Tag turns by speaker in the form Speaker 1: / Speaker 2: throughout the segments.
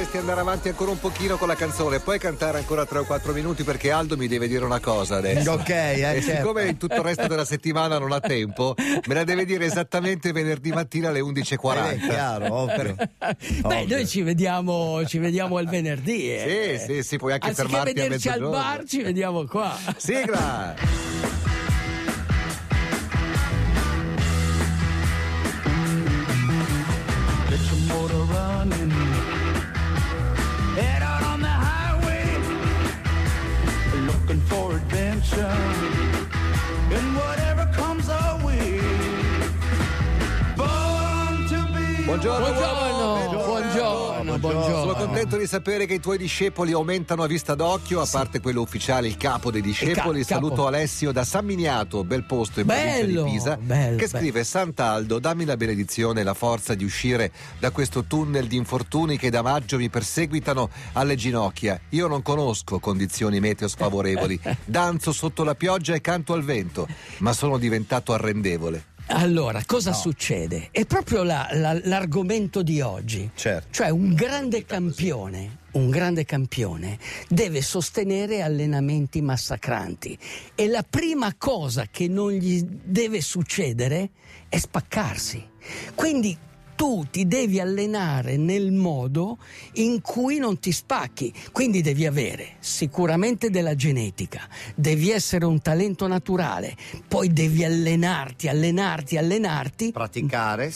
Speaker 1: Dovresti andare avanti ancora un pochino con la canzone, puoi cantare ancora 3 o 4 minuti perché Aldo mi deve dire una cosa adesso.
Speaker 2: Ok,
Speaker 1: e
Speaker 2: certo.
Speaker 1: siccome in tutto il resto della settimana non ha tempo, me la deve dire esattamente venerdì mattina alle 11:40.
Speaker 2: Chiaro, ovvio.
Speaker 3: Beh, noi ci vediamo il venerdì.
Speaker 1: Sì, puoi anche
Speaker 3: anziché
Speaker 1: fermarti a
Speaker 3: vederci al
Speaker 1: mezzogiorno.
Speaker 3: bar, ci vediamo qua.
Speaker 1: Sigla!
Speaker 4: Get your motor running. Head out on the highway, looking for adventure. And whatever comes our way. Born to be.
Speaker 3: Buongiorno.
Speaker 1: Sono contento di sapere che i tuoi discepoli aumentano a vista d'occhio, a parte quello ufficiale, il capo dei discepoli. Saluto Alessio da San Miniato, bel posto in provincia di Pisa, che scrive: Sant'Aldo, dammi la benedizione e la forza di uscire da questo tunnel di infortuni che da maggio mi perseguitano alle ginocchia. Io non conosco condizioni meteo sfavorevoli, danzo sotto la pioggia e canto al vento, ma sono diventato arrendevole.
Speaker 3: Allora, cosa succede? È proprio l'argomento di oggi.
Speaker 2: Certo.
Speaker 3: Cioè un grande campione deve sostenere allenamenti massacranti e la prima cosa che non gli deve succedere è spaccarsi. Quindi tu ti devi allenare nel modo in cui non ti spacchi, quindi devi avere sicuramente della genetica, devi essere un talento naturale, poi devi allenarti,
Speaker 2: praticare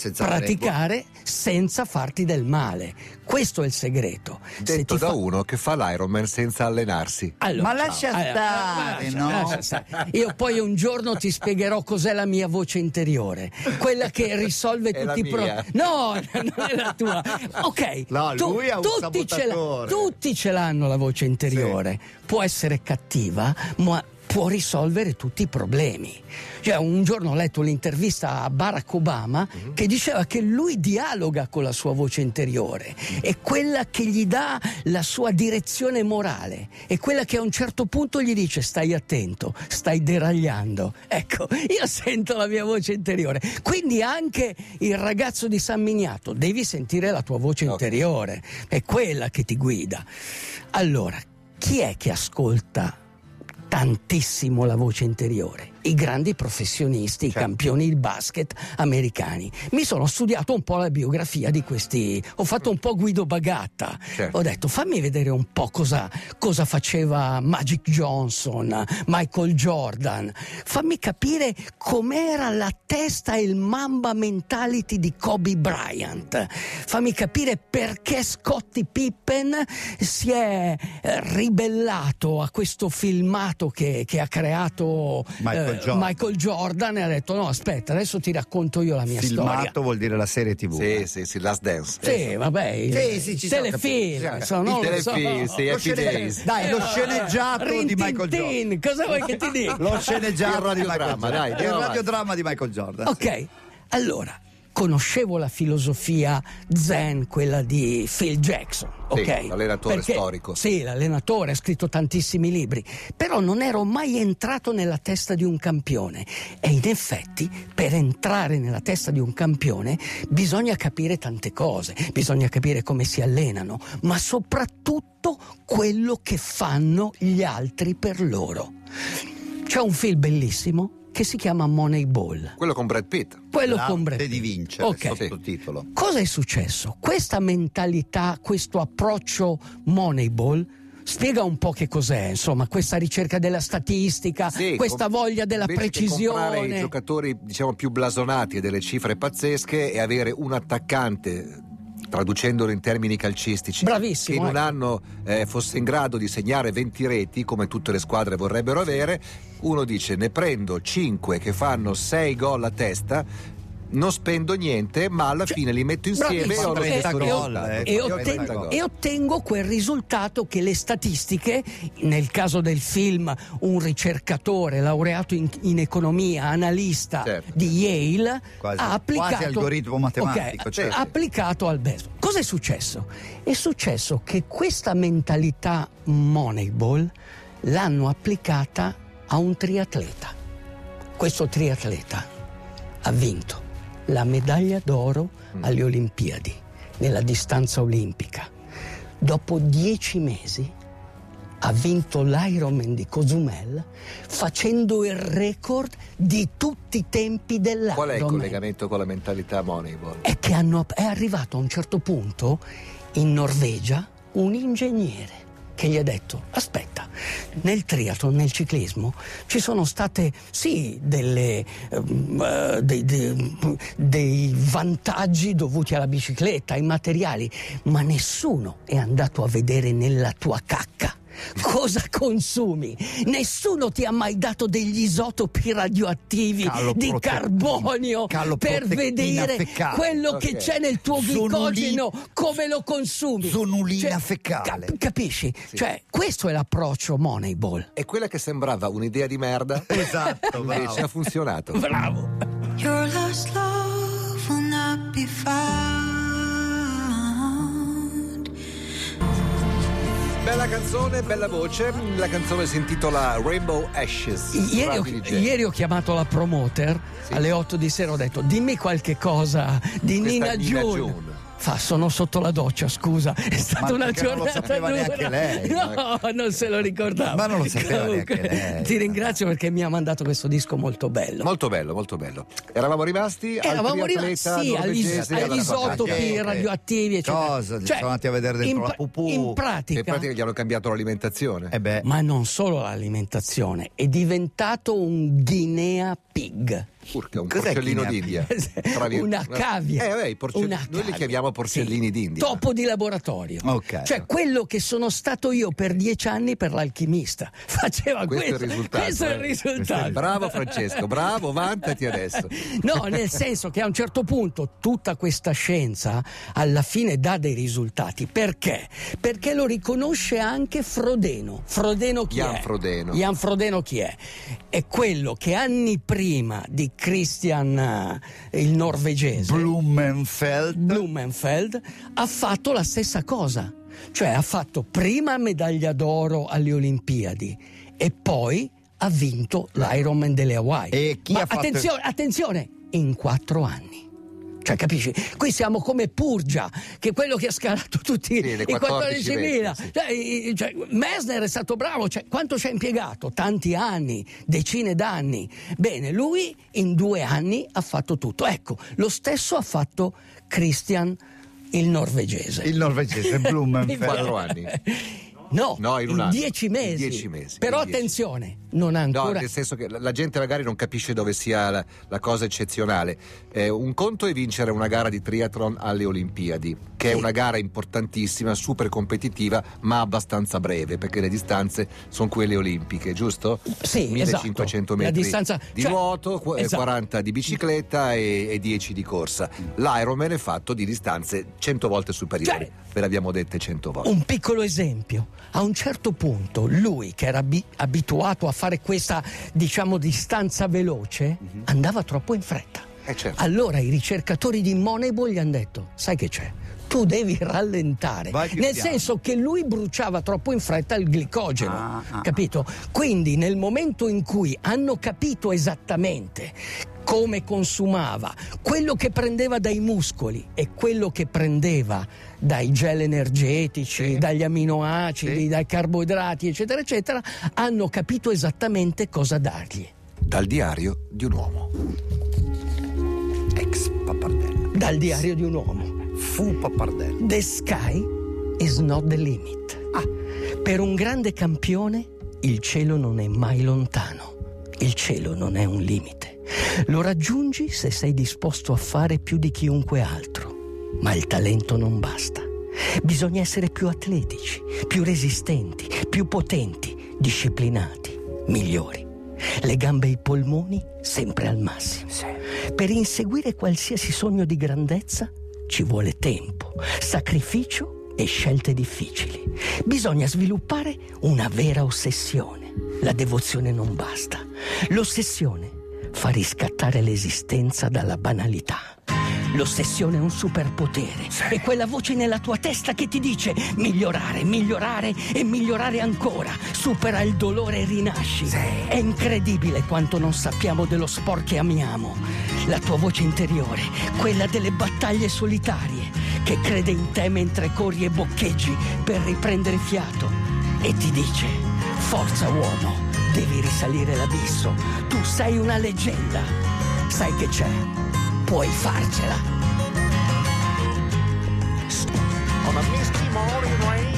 Speaker 3: senza farti del male. Questo è il segreto.
Speaker 1: Detto da uno che fa l'Ironman senza allenarsi.
Speaker 3: Allora,
Speaker 2: ma lascia stare, no?
Speaker 3: Lascia stare. Io poi un giorno ti spiegherò cos'è la mia voce interiore, quella che risolve
Speaker 1: È
Speaker 3: tutti i
Speaker 1: la mia.
Speaker 3: problemi. No, non è la tua. Ok,
Speaker 2: No, lui è un sabotatore.
Speaker 3: tutti ce l'hanno la voce interiore. Può essere cattiva, ma può risolvere tutti i problemi. Cioè, un giorno ho letto l'intervista a Barack Obama che diceva che lui dialoga con la sua voce interiore, è quella che gli dà la sua direzione morale, è quella che a un certo punto gli dice: stai attento, stai deragliando. Ecco, io sento la mia voce interiore. Quindi anche il ragazzo di San Miniato, devi sentire la tua voce interiore, è quella che ti guida. Allora, chi è che ascolta tantissimo la voce interiore? I grandi professionisti,
Speaker 2: certo,
Speaker 3: i campioni di basket americani. Mi sono studiato un po' la biografia di questi, ho fatto un po' Guido Bagatta,
Speaker 1: certo,
Speaker 3: ho detto fammi vedere un po' cosa faceva Magic Johnson, Michael Jordan, fammi capire com'era la testa e il Mamba mentality di Kobe Bryant, fammi capire perché Scottie Pippen si è ribellato a questo filmato che ha creato Michael Jordan, e ha detto: no, aspetta, adesso ti racconto io la mia storia.
Speaker 2: Filmato vuol dire la serie TV.
Speaker 1: Sì, Last Dance.
Speaker 3: Sì, vabbè,
Speaker 2: ci
Speaker 3: telefilm,
Speaker 2: sono
Speaker 1: Il telefilm, sì, Happy Days.
Speaker 2: Dai, lo sceneggiato di Michael Jordan.
Speaker 3: Cosa vuoi che ti dica?
Speaker 2: Lo sceneggiato
Speaker 1: Il
Speaker 2: di Michael
Speaker 1: radiodramma,
Speaker 2: Jordan.
Speaker 1: dai,
Speaker 2: Il
Speaker 1: andiamo
Speaker 2: radiodramma di Michael Jordan.
Speaker 3: Ok, allora conoscevo la filosofia zen, quella di Phil Jackson,
Speaker 1: Sì,
Speaker 3: ok?
Speaker 1: l'allenatore storico.
Speaker 3: Sì, l'allenatore, ha scritto tantissimi libri, però non ero mai entrato nella testa di un campione, e in effetti per entrare nella testa di un campione bisogna capire tante cose, bisogna capire come si allenano, ma soprattutto quello che fanno gli altri per loro. C'è un film bellissimo che si chiama Moneyball.
Speaker 1: Quello con Brad Pitt.
Speaker 2: L'arte di vincere,
Speaker 3: Ok.
Speaker 2: sottotitolo.
Speaker 3: Cosa è successo? Questa mentalità, questo approccio Moneyball spiega un po' che cos'è, insomma, questa ricerca della statistica, questa voglia della
Speaker 1: invece
Speaker 3: precisione.
Speaker 1: Che comprare i giocatori, diciamo, più blasonati e delle cifre pazzesche, e avere un attaccante, traducendolo in termini calcistici,
Speaker 3: bravissimo,
Speaker 1: che in un anno fosse in grado di segnare 20 reti, come tutte le squadre vorrebbero avere. Uno dice: ne prendo 5 che fanno 6 gol a testa, non spendo niente, ma alla fine li metto insieme e ho lo stesso risultato.
Speaker 3: E ottengo quel risultato che le statistiche, nel caso del film un ricercatore laureato in economia, analista di Yale, ha applicato,
Speaker 2: quasi algoritmo matematico,
Speaker 3: ha applicato al baseball. Cosa è successo? È successo che questa mentalità Moneyball l'hanno applicata a un triatleta. Questo triatleta ha vinto la medaglia d'oro alle Olimpiadi nella distanza olimpica. dopo 10 mesi ha vinto l'Ironman di Cozumel facendo il record di tutti i tempi dell'Ironman.
Speaker 1: Qual è il collegamento con la mentalità Moneyball?
Speaker 3: È che è arrivato a un certo punto in Norvegia un ingegnere che gli ha detto: aspetta, nel triathlon, nel ciclismo ci sono state sì dei vantaggi dovuti alla bicicletta, ai materiali, ma nessuno è andato a vedere nella tua cacca cosa consumi. Nessuno ti ha mai dato degli isotopi radioattivi di carbonio per vedere quello che c'è nel tuo glicogeno, come lo consumi.
Speaker 2: Zonulina fecale.
Speaker 3: Capisci? Sì. Cioè, questo è l'approccio Moneyball.
Speaker 1: È quella che sembrava un'idea di merda.
Speaker 2: Esatto,
Speaker 1: invece ha funzionato.
Speaker 3: Bravo.
Speaker 5: Your last love will not be found.
Speaker 1: Bella canzone, bella voce. La canzone si intitola Rainbow Ashes.
Speaker 3: Ieri ho chiamato la promoter alle 8 di sera, ho detto: dimmi qualche cosa di Nina June. Fa: sono sotto la doccia, scusa, è stata una giornata.
Speaker 2: Non lo sapeva neanche lei.
Speaker 3: No, non se lo ricordava.
Speaker 2: Ma non lo sapeva neanche lei.
Speaker 3: Ti ringrazio perché mi ha mandato questo disco molto bello.
Speaker 1: Molto bello, molto bello. Eravamo rimasti agli isotopi radioattivi, eccetera.
Speaker 2: Cosa? Sono andati a vedere dentro la pupù.
Speaker 3: In pratica
Speaker 1: gli hanno cambiato l'alimentazione.
Speaker 3: Ma non solo l'alimentazione, è diventato un guinea pig.
Speaker 1: Urca, un porcellino d'India.
Speaker 3: Una cavia.
Speaker 1: Noi li chiamiamo porcellini d'India.
Speaker 3: Topo di laboratorio.
Speaker 2: Okay.
Speaker 3: Cioè, quello che sono stato io per 10 anni per l'alchimista. Faceva questo. Questo è il risultato.
Speaker 1: Bravo Francesco, bravo, vantati adesso.
Speaker 3: No, nel senso che a un certo punto tutta questa scienza alla fine dà dei risultati. Perché? Perché lo riconosce anche Frodeno. Frodeno chi è? Jan Frodeno chi è? È quello che anni prima di Christian, il norvegese, Blumenfeld, ha fatto la stessa cosa. Cioè ha fatto prima medaglia d'oro alle Olimpiadi e poi ha vinto l'Ironman delle Hawaii.
Speaker 2: E chi ha fatto...
Speaker 3: Attenzione, in 4 anni. Cioè, capisci? Qui siamo come Purgia, che è quello che ha scalato tutti i 14.000. Cioè, Messner è stato bravo, cioè, quanto ci ha impiegato? Tanti anni, decine d'anni. Bene, lui in 2 anni ha fatto tutto. Ecco, lo stesso ha fatto Christian, il norvegese,
Speaker 2: Blumenfeld.
Speaker 1: In 4 anni.
Speaker 3: No, in
Speaker 1: un anno.
Speaker 3: 10 mesi.
Speaker 1: 10 mesi.
Speaker 3: Però attenzione, non ha ancora...
Speaker 1: No, nel senso che la gente magari non capisce dove sia la cosa eccezionale. Un conto è vincere una gara di triathlon alle Olimpiadi, che è una gara importantissima, super competitiva, ma abbastanza breve, perché le distanze sono quelle olimpiche, giusto?
Speaker 3: Sì,
Speaker 1: 1500 metri di nuoto, 40 di bicicletta e 10 di corsa. L'Ironman è fatto di distanze 100 volte superiori, ve l'abbiamo dette 100 volte.
Speaker 3: Un piccolo esempio: a un certo punto lui, che era abituato a fare questa, diciamo, distanza veloce, andava troppo in fretta.
Speaker 1: Certo.
Speaker 3: Allora i ricercatori di Moneyball gli hanno detto: sai che c'è? Tu devi rallentare, nel senso che lui bruciava troppo in fretta il glicogeno, capito? Quindi nel momento in cui hanno capito esattamente come consumava, quello che prendeva dai muscoli e quello che prendeva dai gel energetici, dagli aminoacidi, dai carboidrati, eccetera, eccetera, hanno capito esattamente cosa dargli.
Speaker 1: Dal diario di un uomo.
Speaker 2: Ex pappardella.
Speaker 3: Dal diario di un uomo.
Speaker 2: Fu pappardella.
Speaker 3: The sky is not the limit. Per un grande campione il cielo non è mai lontano. Il cielo non è un limite. Lo raggiungi se sei disposto a fare più di chiunque altro. Ma il talento non basta. Bisogna essere più atletici, più resistenti, più potenti, disciplinati, migliori. Le gambe e i polmoni sempre al massimo. Per inseguire qualsiasi sogno di grandezza ci vuole tempo, sacrificio e scelte difficili. Bisogna sviluppare una vera ossessione. La devozione non basta. L'ossessione fa riscattare l'esistenza dalla banalità. L'ossessione è un superpotere. È quella voce nella tua testa che ti dice migliorare, migliorare e migliorare ancora. Supera il dolore e rinasci. È incredibile quanto non sappiamo dello sport che amiamo. La tua voce interiore, quella delle battaglie solitarie, che crede in te mentre corri e boccheggi per riprendere fiato. E ti dice: forza uomo, devi risalire l'abisso. Tu sei una leggenda. Sai che c'è? Puoi farcela.
Speaker 1: On a misty morning rain.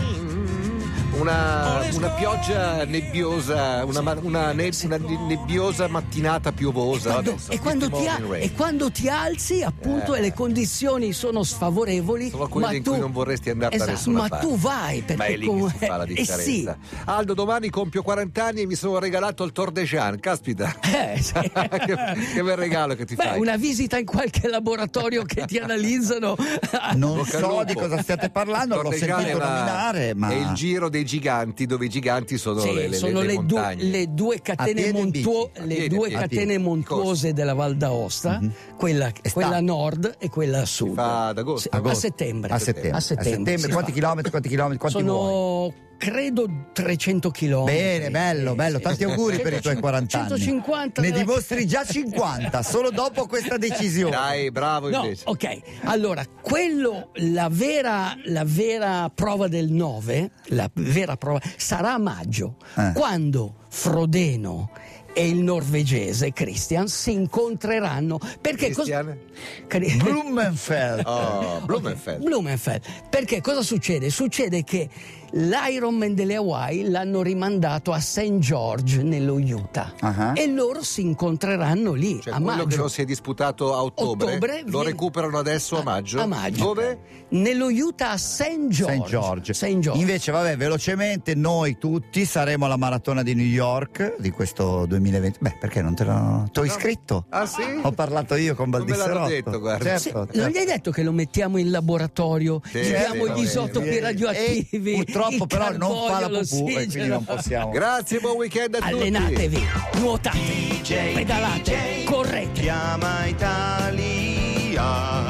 Speaker 1: Una pioggia nebbiosa, una nebbiosa mattinata piovosa.
Speaker 3: E quando ti alzi, appunto, e le condizioni sono sfavorevoli,
Speaker 1: sono quelle in cui non vorresti andare da nessuna parte.
Speaker 3: Ma tu vai, perché
Speaker 1: ma è lì che si fa la differenza.
Speaker 3: Sì.
Speaker 1: Aldo, domani compio 40 anni e mi sono regalato il Tour de Jean. Caspita,
Speaker 3: sì.
Speaker 1: che bel regalo che ti fai.
Speaker 3: Una visita in qualche laboratorio che ti analizzano.
Speaker 2: Non so di cosa stiate parlando, l'ho sentito nominare, ma
Speaker 1: è il giro dei giganti, dove i giganti sono le montagne.
Speaker 3: Le due catene montuose della Val d'Aosta, quella nord e quella sud.
Speaker 1: Si fa ad agosto.
Speaker 3: A settembre.
Speaker 2: A settembre. Quanti chilometri? Quanti
Speaker 3: sono, credo, 300 chilometri.
Speaker 2: Bene, bello. Tanti auguri per i tuoi 40 anni.
Speaker 3: 150.
Speaker 2: Ne dimostri già 50 solo dopo questa decisione.
Speaker 1: Dai, bravo invece.
Speaker 3: No, ok. Allora, la vera prova del 9, la vera prova sarà a maggio, quando Frodeno e il norvegese Christian si incontreranno. Perché
Speaker 2: Blumenfeld.
Speaker 3: Blumenfeld. Perché cosa succede? Succede che l'Ironman delle Hawaii l'hanno rimandato a St. George nello Utah e loro si incontreranno lì,
Speaker 1: cioè,
Speaker 3: a maggio.
Speaker 1: Quello che non si è disputato a ottobre lo recuperano adesso a maggio. Dove?
Speaker 3: Nello Utah a St. George.
Speaker 2: Invece, velocemente, noi tutti saremo alla maratona di New York di questo 2020. Perché non te l'ho iscritto?
Speaker 1: Ah, sì?
Speaker 2: Ho parlato io con Baldisserotto.
Speaker 1: Non me l'hanno detto, guarda.
Speaker 2: Certo.
Speaker 3: Non gli hai detto che lo mettiamo in laboratorio, gli diamo gli isotopi radioattivi?
Speaker 2: Purtroppo però non fa la pupù e quindi non possiamo.
Speaker 1: Grazie, buon weekend a tutti.
Speaker 3: Allenatevi, nuotate, pedalate, correte.
Speaker 6: Chiama Italia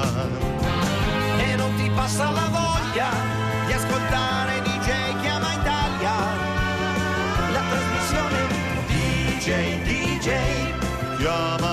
Speaker 6: e non ti passa la voglia di ascoltare DJ Chiama Italia. La trasmissione DJ Chiama